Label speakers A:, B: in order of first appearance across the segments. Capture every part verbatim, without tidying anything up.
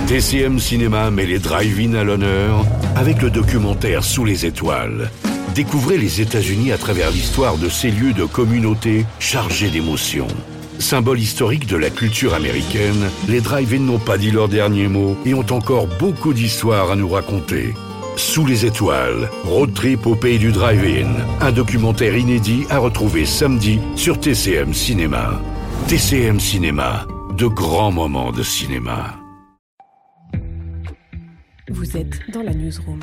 A: T C M Cinéma met les drive-in à l'honneur avec le documentaire Sous les étoiles. Découvrez les États-Unis à travers l'histoire de ces lieux de communauté chargés d'émotions. Symbole historique de la culture américaine, les drive-in n'ont pas dit leur dernier mot et ont encore beaucoup d'histoires à nous raconter. Sous les étoiles, road trip au pays du drive-in. Un documentaire inédit à retrouver samedi sur T C M Cinéma. T C M Cinéma, de grands moments de cinéma.
B: Vous êtes dans la newsroom.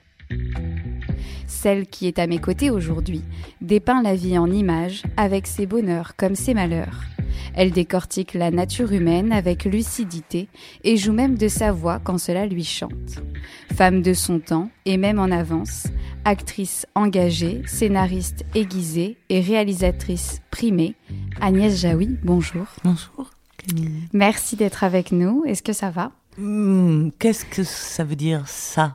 C: Celle qui est à mes côtés aujourd'hui dépeint la vie en images avec ses bonheurs comme ses malheurs. Elle décortique la nature humaine avec lucidité et joue même de sa voix quand cela lui chante. Femme de son temps et même en avance, actrice engagée, scénariste aiguisée et réalisatrice primée, Agnès Jaoui, bonjour.
D: Bonjour Camille.
C: Merci d'être avec nous. Est-ce que ça va ?
D: Mmh, qu'est-ce que ça veut dire ça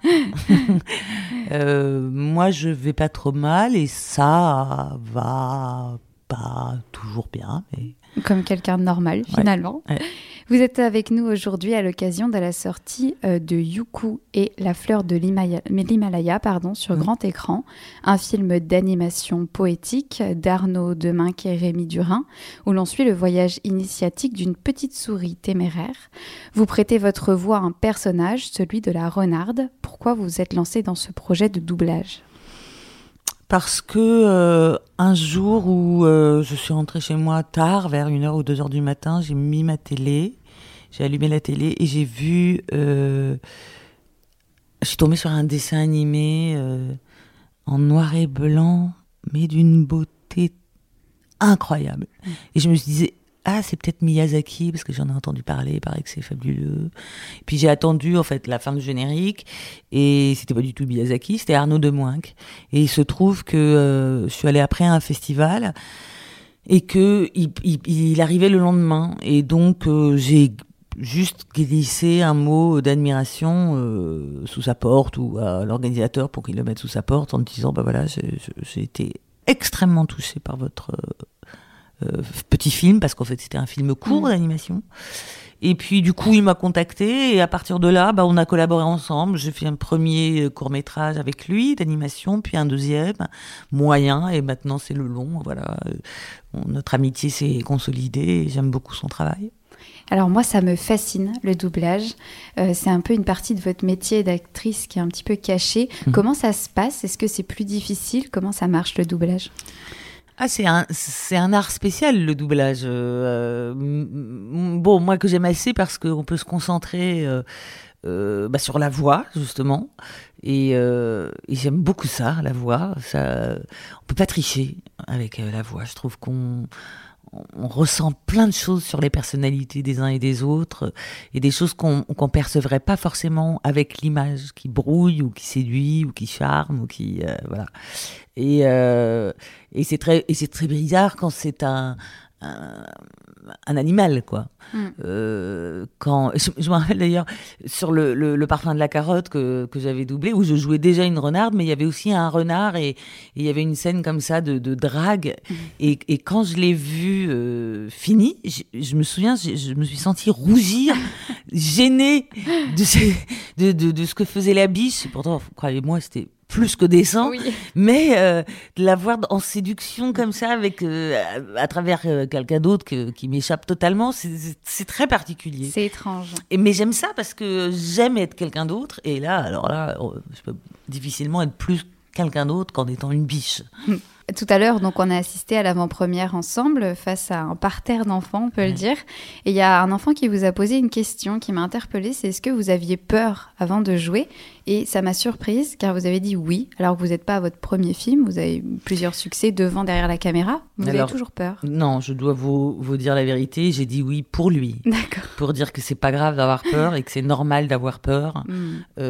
D: euh, Moi je vais pas trop mal et ça va pas toujours bien. Mais...
C: Comme quelqu'un de normal finalement.
D: Ouais, ouais.
C: Vous êtes avec nous aujourd'hui à l'occasion de la sortie euh, de Youcou et la fleur de l'Himalaya, l'Himalaya pardon, sur mmh. grand écran, un film d'animation poétique d'Arnaud Deminck et Rémi Durin, où l'on suit le voyage initiatique d'une petite souris téméraire. Vous prêtez votre voix à un personnage, celui de la renarde. Pourquoi vous vous êtes lancé dans ce projet de doublage ?
D: Parce que euh, un jour où euh, je suis rentrée chez moi tard, vers une heure ou deux heures du matin, j'ai mis ma télé, j'ai allumé la télé et j'ai vu... Euh, je suis tombée sur un dessin animé euh, en noir et blanc, mais d'une beauté incroyable. Mmh. Et je me disais, ah, c'est peut-être Miyazaki, parce que j'en ai entendu parler, il paraît que c'est fabuleux. Et puis j'ai attendu, en fait, la fin du générique, et c'était pas du tout Miyazaki, c'était Arnaud Deminck. Et il se trouve que euh, je suis allée après à un festival, et qu'il il, il arrivait le lendemain. Et donc, euh, j'ai juste glissé un mot d'admiration euh, sous sa porte, ou à l'organisateur pour qu'il le mette sous sa porte, en me disant, bah voilà, j'ai, j'ai été extrêmement touchée par votre... Euh, Euh, petit film, parce qu'en fait c'était un film court mmh. d'animation, et puis du coup il m'a contacté et à partir de là bah, on a collaboré ensemble. J'ai fait un premier court-métrage avec lui d'animation, puis un deuxième moyen, et maintenant c'est le long. Voilà, notre amitié s'est consolidée et j'aime beaucoup son travail.
C: Alors moi, ça me fascine, le doublage. Euh, c'est un peu une partie de votre métier d'actrice qui est un petit peu cachée. Mmh. Comment ça se passe ? Est-ce que c'est plus difficile ? Comment ça marche, le doublage ?
D: Ah, c'est un, c'est un art spécial, le doublage. Euh, bon, moi que j'aime assez parce qu'on peut se concentrer euh, euh, bah, sur la voix, justement. Et, euh, et j'aime beaucoup ça, la voix. Ça, on peut pas tricher avec euh, la voix. Je trouve qu'on on ressent plein de choses sur les personnalités des uns et des autres, et des choses qu'on qu'on percevrait pas forcément avec l'image, qui brouille ou qui séduit ou qui charme ou qui euh, voilà. Et euh, et c'est très et c'est très bizarre quand c'est un un, un animal, quoi. Mm. Euh, quand je, je me rappelle d'ailleurs sur le, le, le parfum de la carotte que, que j'avais doublé, où je jouais déjà une renarde, mais il y avait aussi un renard, et il y avait une scène comme ça de, de drague. Mm. Et, et quand je l'ai vu euh, fini, je, je me souviens, je, je me suis sentie rougir, gênée de ce, de, de, de ce que faisait la biche. Pourtant, croyez-moi, c'était plus que décent, oui. mais euh, de la voir en séduction comme ça, avec euh, à, à travers euh, quelqu'un d'autre que, qui m'échappe totalement, c'est, c'est, c'est très particulier.
C: C'est étrange.
D: Et, mais j'aime ça parce que j'aime être quelqu'un d'autre, et là, alors là, je peux difficilement être plus quelqu'un d'autre qu'en étant une biche.
C: Tout à l'heure, donc, on a assisté à l'avant-première ensemble face à un parterre d'enfants, on peut ouais. le dire. Et il y a un enfant qui vous a posé une question qui m'a interpellée, c'est est-ce que vous aviez peur avant de jouer ? Et ça m'a surprise, car vous avez dit oui, alors que vous n'êtes pas à votre premier film, vous avez eu plusieurs succès devant, derrière la caméra. Vous alors, avez toujours peur ?
D: Non, je dois vous, vous dire la vérité, j'ai dit oui pour lui.
C: D'accord.
D: Pour dire que c'est pas grave d'avoir peur et que c'est normal d'avoir peur. Mm.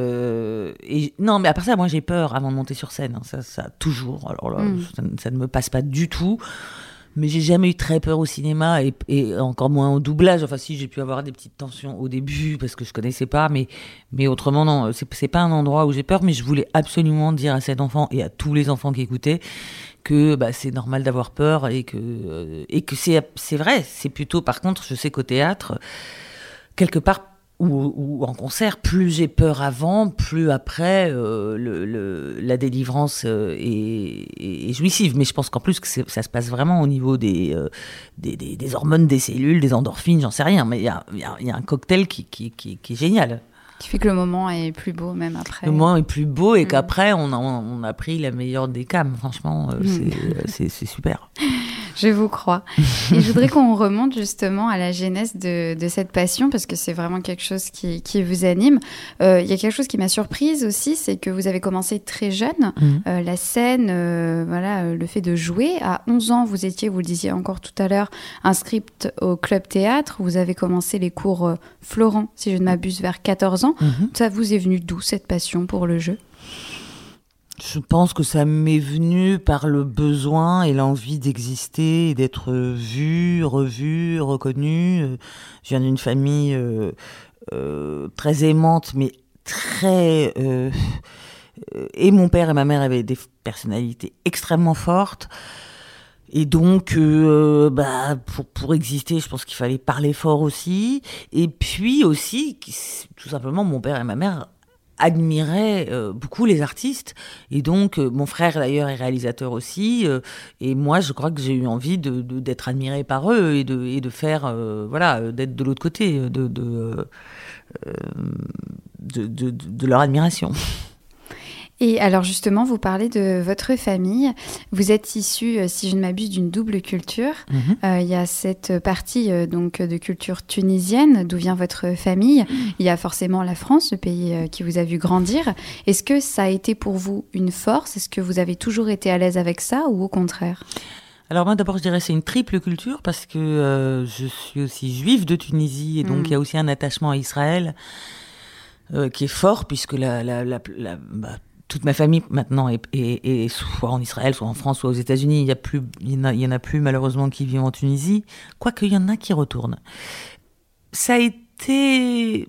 D: Euh, et, non, mais à part ça, moi j'ai peur avant de monter sur scène, hein, ça, ça toujours. Alors là, mm. ça, ça ne me passe pas du tout. Mais j'ai jamais eu très peur au cinéma, et, et encore moins au doublage. Enfin si, j'ai pu avoir des petites tensions au début parce que je connaissais pas, mais, mais autrement non, c'est, c'est pas un endroit où j'ai peur. Mais je voulais absolument dire à cet enfant et à tous les enfants qui écoutaient que bah, c'est normal d'avoir peur, et que, euh, et que c'est, c'est vrai. C'est plutôt, par contre, je sais qu'au théâtre, quelque part, ou, ou en concert, plus j'ai peur avant, plus après euh, le, le, la délivrance euh, est, est, est jouissive. Mais je pense qu'en plus que ça se passe vraiment au niveau des, euh, des, des, des hormones, des cellules, des endorphines, j'en sais rien. Mais il y a, y, a, y a un cocktail qui, qui, qui, qui est génial.
C: Qui fait que le moment est plus beau même après.
D: Le moment est plus beau et mmh. qu'après on a, on a pris la meilleure des cams. Franchement, euh, mmh. c'est, c'est, c'est super.
C: Je vous crois. Et je voudrais qu'on remonte justement à la genèse de, de cette passion, parce que c'est vraiment quelque chose qui, qui vous anime. Euh, il y a quelque chose qui m'a surprise aussi, c'est que vous avez commencé très jeune. Mmh. Euh, la scène, euh, voilà, le fait de jouer. À onze ans, vous étiez, vous le disiez encore tout à l'heure, inscrite au Club Théâtre. Vous avez commencé les cours euh, Florent, si je ne m'abuse, vers quatorze ans. Mmh. Ça vous est venu d'où, cette passion pour le jeu ?
D: Je pense que ça m'est venu par le besoin et l'envie d'exister et d'être vue, revue, reconnue. Je viens d'une famille euh, euh, très aimante, mais très... Euh, et mon père et ma mère avaient des personnalités extrêmement fortes. Et donc, euh, bah, pour, pour exister, je pense qu'il fallait parler fort aussi. Et puis aussi, tout simplement, mon père et ma mère admiraient euh, beaucoup les artistes. Et donc, euh, mon frère, d'ailleurs, est réalisateur aussi. Euh, et moi, je crois que j'ai eu envie de, de, d'être admirée par eux et de, et de faire, euh, voilà, d'être de l'autre côté de, de, euh, de, de, de leur admiration.
C: Et alors justement, vous parlez de votre famille. Vous êtes issu, si je ne m'abuse, d'une double culture. Mmh. Euh, il y a cette partie euh, donc de culture tunisienne, d'où vient votre famille. Il y a forcément la France, le pays euh, qui vous a vu grandir. Est-ce que ça a été pour vous une force ? Est-ce que vous avez toujours été à l'aise avec ça ou au contraire ?
D: Alors moi, d'abord, je dirais que c'est une triple culture parce que euh, je suis aussi juive de Tunisie et donc il mmh. y a aussi un attachement à Israël euh, qui est fort puisque la... la, la, la bah, toute ma famille maintenant est, est, est soit en Israël, soit en France, soit aux États-Unis. Il y a plus, il y en a, il y en a plus malheureusement qui vivent en Tunisie. Quoique il y en a qui retournent. Ça a été,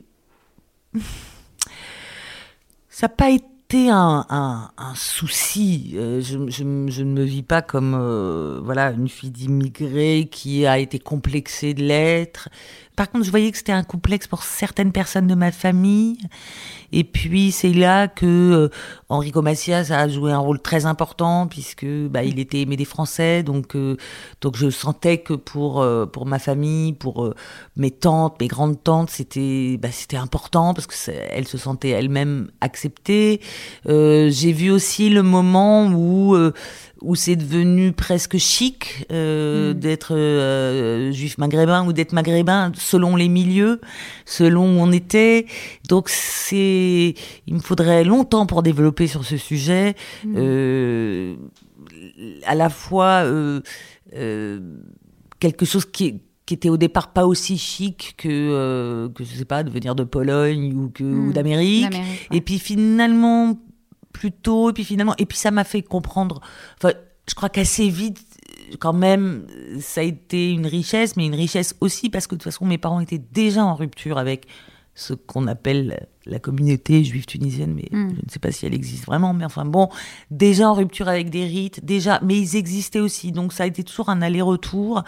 D: ça n'a pas été un, un, un souci. Euh, je, je, je ne me vis pas comme euh, voilà une fille d'immigrés qui a été complexée de l'être. Par contre, je voyais que c'était un complexe pour certaines personnes de ma famille. Et puis, c'est là que euh, Enrico Macias a joué un rôle très important puisque bah, il était aimé des Français. Donc, euh, donc je sentais que pour, euh, pour ma famille, pour euh, mes tantes, mes grandes-tantes, c'était, bah, c'était important parce qu'elles se sentaient elles-mêmes acceptées. Euh, j'ai vu aussi le moment où... Euh, où c'est devenu presque chic euh, mmh. d'être euh, juif maghrébin ou d'être maghrébin selon les milieux, selon où on était. Donc c'est, il me faudrait longtemps pour développer sur ce sujet. Mmh. Euh, à la fois euh, euh, quelque chose qui, qui était au départ pas aussi chic que, euh, que je sais pas, de venir de Pologne ou, que, mmh. ou d'Amérique. D'Amérique ouais. Et puis finalement... plus tôt, et puis finalement, et puis ça m'a fait comprendre, enfin, je crois qu'assez vite, quand même, ça a été une richesse, mais une richesse aussi parce que de toute façon, mes parents étaient déjà en rupture avec ce qu'on appelle la communauté juive tunisienne, mais mmh. je ne sais pas si elle existe vraiment, mais enfin bon, déjà en rupture avec des rites, déjà, mais ils existaient aussi, donc ça a été toujours un aller-retour,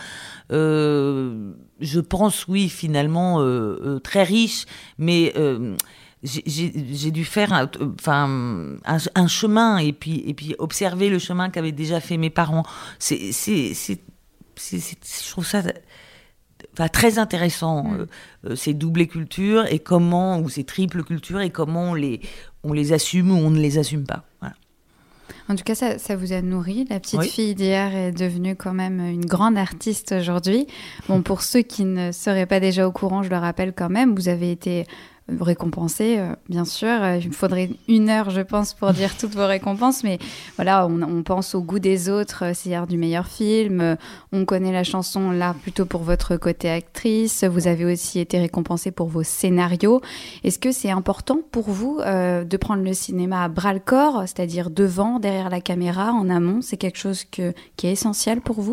D: euh, je pense, oui, finalement, euh, euh, très riche, mais... Euh, J'ai, j'ai, j'ai dû faire un, enfin, un, un chemin et puis, et puis observer le chemin qu'avaient déjà fait mes parents. C'est, c'est, c'est, c'est, c'est, je trouve ça enfin, très intéressant, mmh. euh, ces doubles cultures et comment, ou ces triples cultures et comment on les, on les assume ou on ne les assume pas. Voilà.
C: En tout cas, ça, ça vous a nourri. La petite
D: oui.
C: fille d'hier est devenue quand même une grande artiste aujourd'hui. Bon, pour ceux qui ne seraient pas déjà au courant, je le rappelle quand même, vous avez été... récompensé, euh, bien sûr. Euh, il me faudrait une heure, je pense, pour dire toutes vos récompenses, mais voilà, on, on pense au goût des autres, euh, c'est-à-dire du meilleur film. Euh, on connaît la chanson, là, plutôt pour votre côté actrice. Vous avez aussi été récompensé pour vos scénarios. Est-ce que c'est important pour vous euh, de prendre le cinéma à bras-le-corps, c'est-à-dire devant, derrière la caméra, en amont ? C'est quelque chose que, qui est essentiel pour vous ?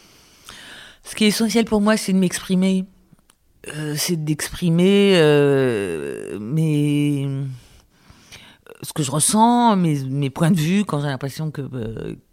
D: Ce qui est essentiel pour moi, c'est de m'exprimer. Euh, c'est d'exprimer euh, mes, ce que je ressens, mes, mes points de vue quand j'ai l'impression que, euh,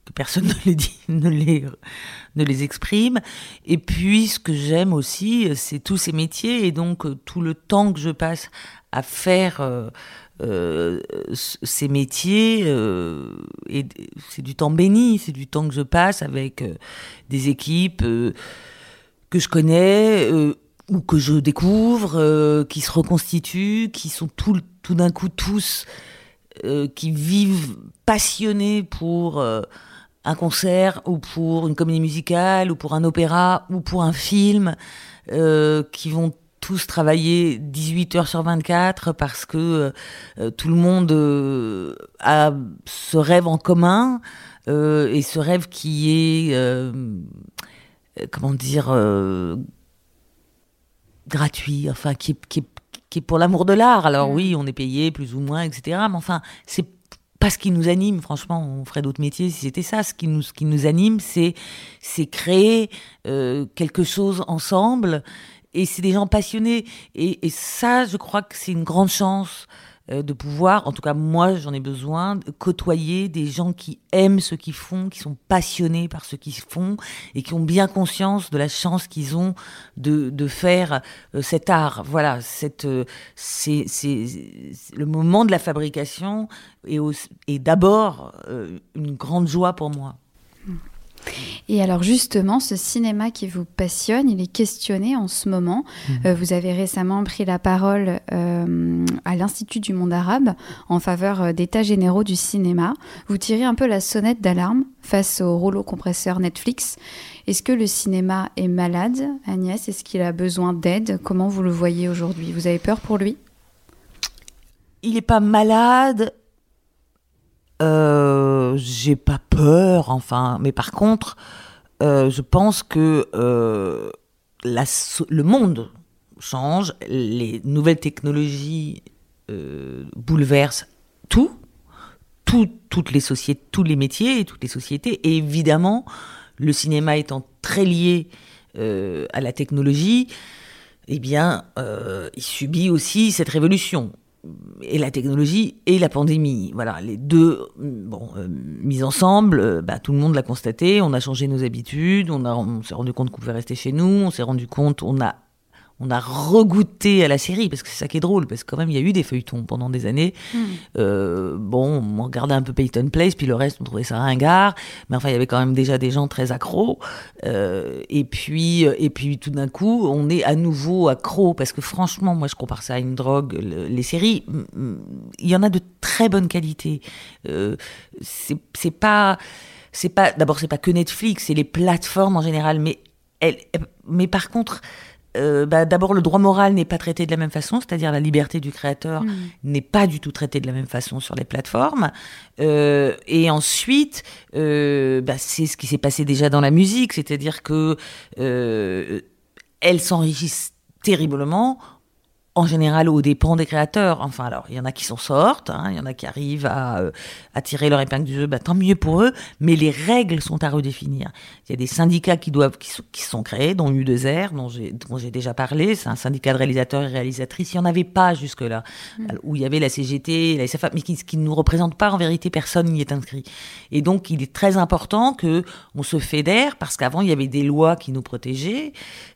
D: que personne ne les dit, ne les, ne les exprime. Et puis, ce que j'aime aussi, c'est tous ces métiers, et donc tout le temps que je passe à faire euh, euh, ces métiers, euh, et c'est du temps béni, c'est du temps que je passe avec euh, des équipes euh, que je connais, euh, ou que je découvre, euh, qui se reconstituent, qui sont tout, tout d'un coup tous, euh, qui vivent passionnés pour euh, un concert, ou pour une comédie musicale, ou pour un opéra, ou pour un film, euh, qui vont tous travailler dix-huit heures sur vingt-quatre parce que euh, tout le monde euh, a ce rêve en commun, euh, et ce rêve qui est, euh, comment dire, euh, gratuit, enfin, qui est, qui est, qui est pour l'amour de l'art. Alors mmh. oui, on est payé plus ou moins, et cetera. Mais enfin, c'est pas ce qui nous anime. Franchement, on ferait d'autres métiers si c'était ça. Ce qui nous, ce qui nous anime, c'est, c'est créer euh, quelque chose ensemble. Et c'est des gens passionnés. Et, et ça, je crois que c'est une grande chance euh, de pouvoir, en tout cas moi, j'en ai besoin, de côtoyer des gens qui aiment ce qu'ils font, qui sont passionnés par ce qu'ils font, et qui ont bien conscience de la chance qu'ils ont de, de faire euh, cet art. Voilà, cette, euh, c'est, c'est, c'est le moment de la fabrication est, au, est d'abord euh, une grande joie pour moi.
C: Et alors justement, ce cinéma qui vous passionne, il est questionné en ce moment. Mmh. Euh, vous avez récemment pris la parole euh, à l'Institut du monde arabe en faveur d'états généraux du cinéma. Vous tirez un peu la sonnette d'alarme face au rouleau compresseur Netflix. Est-ce que le cinéma est malade, Agnès ? Est-ce qu'il a besoin d'aide ? Comment vous le voyez aujourd'hui ? Vous avez peur pour lui ?
D: Il n'est pas malade. Euh, j'ai pas peur, enfin, mais par contre, euh, je pense que euh, la, le monde change, les nouvelles technologies euh, bouleversent tout, tout, toutes les sociétés, tous les métiers et toutes les sociétés, et évidemment, le cinéma étant très lié euh, à la technologie, eh bien, euh, il subit aussi cette révolution. Et la technologie et la pandémie, voilà, les deux, bon, euh, mis ensemble, euh, bah, tout le monde l'a constaté, on a changé nos habitudes, on, a, on s'est rendu compte qu'on pouvait rester chez nous, on s'est rendu compte, on a, on a regoûté à la série, parce que c'est ça qui est drôle, parce que quand même, il y a eu des feuilletons pendant des années. Mmh. Euh, bon, on regardait un peu Peyton Place, puis le reste, on trouvait ça ringard, mais enfin, il y avait quand même déjà des gens très accros. Euh, et puis, et puis, tout d'un coup, on est à nouveau accro, parce que franchement, moi, je compare ça à une drogue. Le, les séries, il y en a de très bonne qualité. Euh, c'est, c'est pas, c'est pas, d'abord, c'est pas que Netflix, c'est les plateformes en général, mais elle, mais par contre, Euh, bah, d'abord, le droit moral n'est pas traité de la même façon, c'est-à-dire la liberté du créateur mmh. n'est pas du tout traitée de la même façon sur les plateformes. Euh, et ensuite, euh, bah, c'est ce qui s'est passé déjà dans la musique, c'est-à-dire que euh, elles s'enrichissent terriblement, en général aux dépens des créateurs. Enfin, alors, il y en a qui s'en sortent, hein, il y en a qui arrivent à, euh, à tirer leur épingle du jeu, bah, tant mieux pour eux, mais les règles sont à redéfinir. Il y a des syndicats qui, doivent, qui, sont, qui sont créés, dont U deux R, dont j'ai, dont j'ai déjà parlé, c'est un syndicat de réalisateurs et réalisatrices, il n'y en avait pas jusque-là, mmh. où il y avait la C G T, la S F A, mais qui ne nous représente pas, en vérité, personne n'y est inscrit. Et donc, il est très important qu'on se fédère, parce qu'avant, il y avait des lois qui nous protégeaient,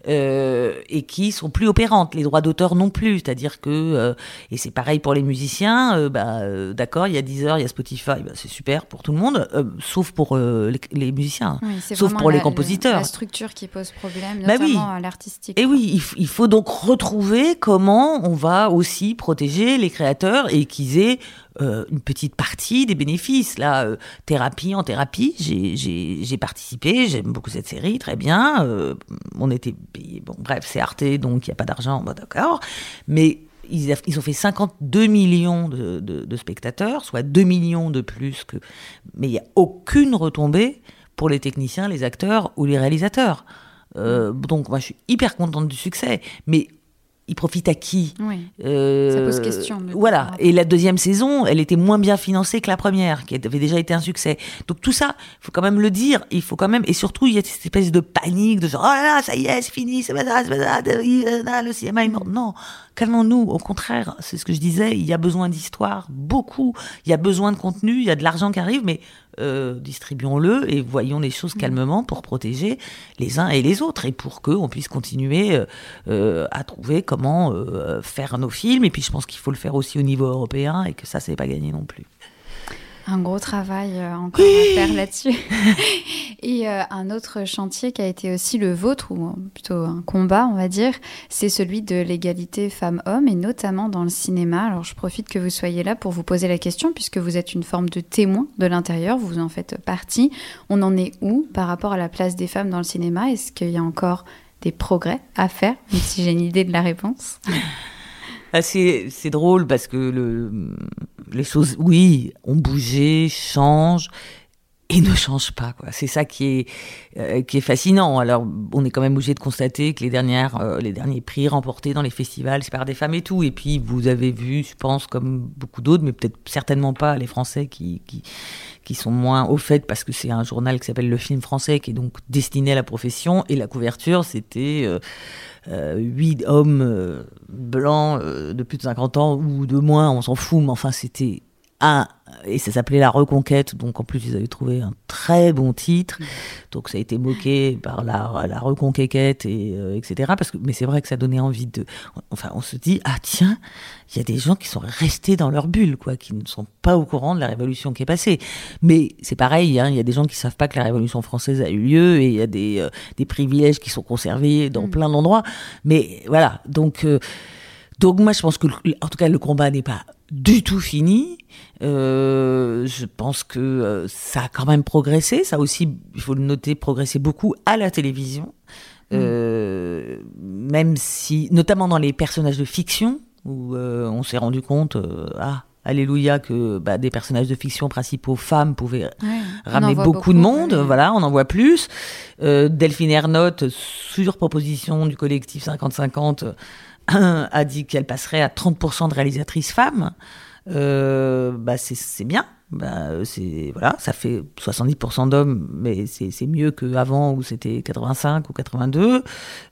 D: euh, et qui sont plus opérantes, les droits d'auteur non plus. C'est-à-dire que, euh, et c'est pareil pour les musiciens, euh, bah, euh, d'accord, il y a Deezer, il y a Spotify, bah, c'est super pour tout le monde, euh, sauf pour euh, les, les musiciens, oui, sauf pour la, les compositeurs.
C: Le, la structure qui pose problème, notamment bah oui. à l'artistique.
D: Et quoi. oui, il, f- il faut donc retrouver comment on va aussi protéger les créateurs et qu'ils aient euh, une petite partie des bénéfices. Là, euh, thérapie en thérapie, j'ai, j'ai, j'ai participé, j'aime beaucoup cette série, très bien. Euh, on était payé, bon, bref, c'est Arte, donc il n'y a pas d'argent, bon, d'accord. Mais ils, a, ils ont fait cinquante-deux millions de, de, de spectateurs, soit deux millions de plus que. Mais il n'y a aucune retombée pour les techniciens, les acteurs ou les réalisateurs. Euh, donc, moi, je suis hyper contente du succès. Mais il profite à qui ?
C: Oui,
D: euh,
C: ça pose question.
D: Voilà. Et la deuxième saison, elle était moins bien financée que la première, qui avait déjà été un succès. Donc tout ça, il faut quand même le dire. Il faut quand même, et surtout, il y a cette espèce de panique de genre, oh là là, ça y est, c'est fini, c'est pas ça, c'est pas ça, le cinéma est mort. Non, calmons-nous. Au contraire, c'est ce que je disais, il y a besoin d'histoire, beaucoup. Il y a besoin de contenu, il y a de l'argent qui arrive, mais euh, distribuons-le et voyons les choses calmement pour protéger les uns et les autres et pour qu'on puisse continuer euh, euh, à trouver comment euh, faire nos films. Et puis je pense qu'il faut le faire aussi au niveau européen et que ça, c'est pas gagné non plus.
C: Un gros travail euh, encore oui à faire là-dessus. Et euh, un autre chantier qui a été aussi le vôtre, ou plutôt un combat, on va dire, c'est celui de l'égalité femmes-hommes, et notamment dans le cinéma. Alors je profite que vous soyez là pour vous poser la question, puisque vous êtes une forme de témoin de l'intérieur, vous en faites partie. On en est où par rapport à la place des femmes dans le cinéma ? Est-ce qu'il y a encore des progrès à faire, même si j'ai une idée de la réponse ?
D: Ah, c'est, c'est drôle parce que le, les choses, oui, ont bougé, changent et ne changent pas, quoi. C'est ça qui est, euh, qui est fascinant. Alors, on est quand même obligé de constater que les, dernières, euh, les derniers prix remportés dans les festivals, c'est par des femmes et tout. Et puis, vous avez vu, je pense, comme beaucoup d'autres, mais peut-être certainement pas les Français qui, qui, qui sont moins au fait parce que c'est un journal qui s'appelle Le Film Français, qui est donc destiné à la profession. Et la couverture, c'était... Euh, Euh, huit hommes euh, blancs euh, de plus de cinquante ans ou de moins, on s'en fout, mais enfin c'était un, et ça s'appelait La Reconquête, donc en plus ils avaient trouvé un très bon titre, donc ça a été moqué par la, la Reconquête et euh, et cetera. Parce que, mais c'est vrai que ça donnait envie de, enfin on se dit ah tiens, il y a des gens qui sont restés dans leur bulle, quoi, qui ne sont pas au courant de la révolution qui est passée. Mais c'est pareil, hein, il y a des gens qui savent pas que la Révolution française a eu lieu et il y a des euh, des privilèges qui sont conservés dans mmh. plein d'endroits. Mais voilà, donc euh, donc moi je pense que en tout cas le combat n'est pas du tout fini. Euh, je pense que euh, ça a quand même progressé. Ça aussi, il faut le noter, progressé beaucoup à la télévision. Euh, mmh. Même si, notamment dans les personnages de fiction, où euh, on s'est rendu compte, euh, ah, alléluia, que bah, des personnages de fiction principaux femmes pouvaient ouais, ramener beaucoup, beaucoup de monde. Ouais. Voilà, on en voit plus. Euh, Delphine Ernotte, sur proposition du collectif cinquante cinquante, a dit qu'elle passerait à trente pour cent de réalisatrices femmes. Euh, bah c'est, c'est bien. Bah, c'est, voilà, ça fait soixante-dix pour cent d'hommes, mais c'est, c'est mieux qu'avant où c'était quatre-vingt-cinq ou quatre-vingt-deux.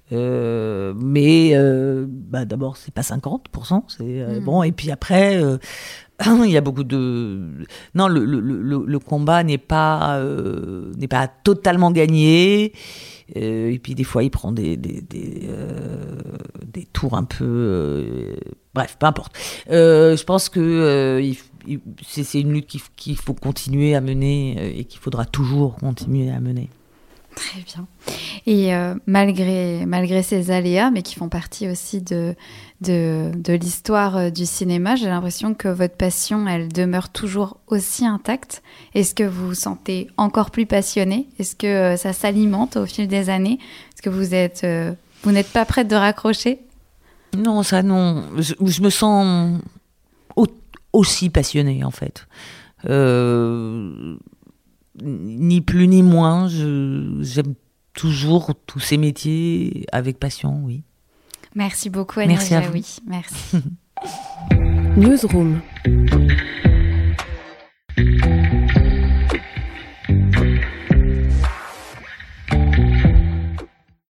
D: Euh, mais euh, bah, d'abord, c'est pas cinquante pour cent. C'est, euh, mmh. bon, et puis après, euh, il y a beaucoup de... Non, le, le, le, le combat n'est pas, euh, n'est pas totalement gagné. Euh, et puis des fois, il prend des, des, des, euh, des tours un peu... Euh, bref, peu importe. Euh, je pense que euh, il, il, c'est, c'est une lutte qu'il, qu'il faut continuer à mener euh, et qu'il faudra toujours continuer à mener.
C: Très bien. Et euh, malgré, malgré ces aléas, mais qui font partie aussi de, de, de l'histoire du cinéma, j'ai l'impression que votre passion, elle demeure toujours aussi intacte. Est-ce que vous vous sentez encore plus passionné ? Est-ce que euh, ça s'alimente au fil des années ? Est-ce que vous, êtes, euh, vous n'êtes pas prête de raccrocher ?
D: Non, ça non. Je, je me sens au, aussi passionnée, en fait. Euh... Ni plus ni moins, je, j'aime toujours tous ces métiers avec passion, oui.
C: Merci beaucoup, Agnès Jaoui.
D: Merci.
C: Newsroom.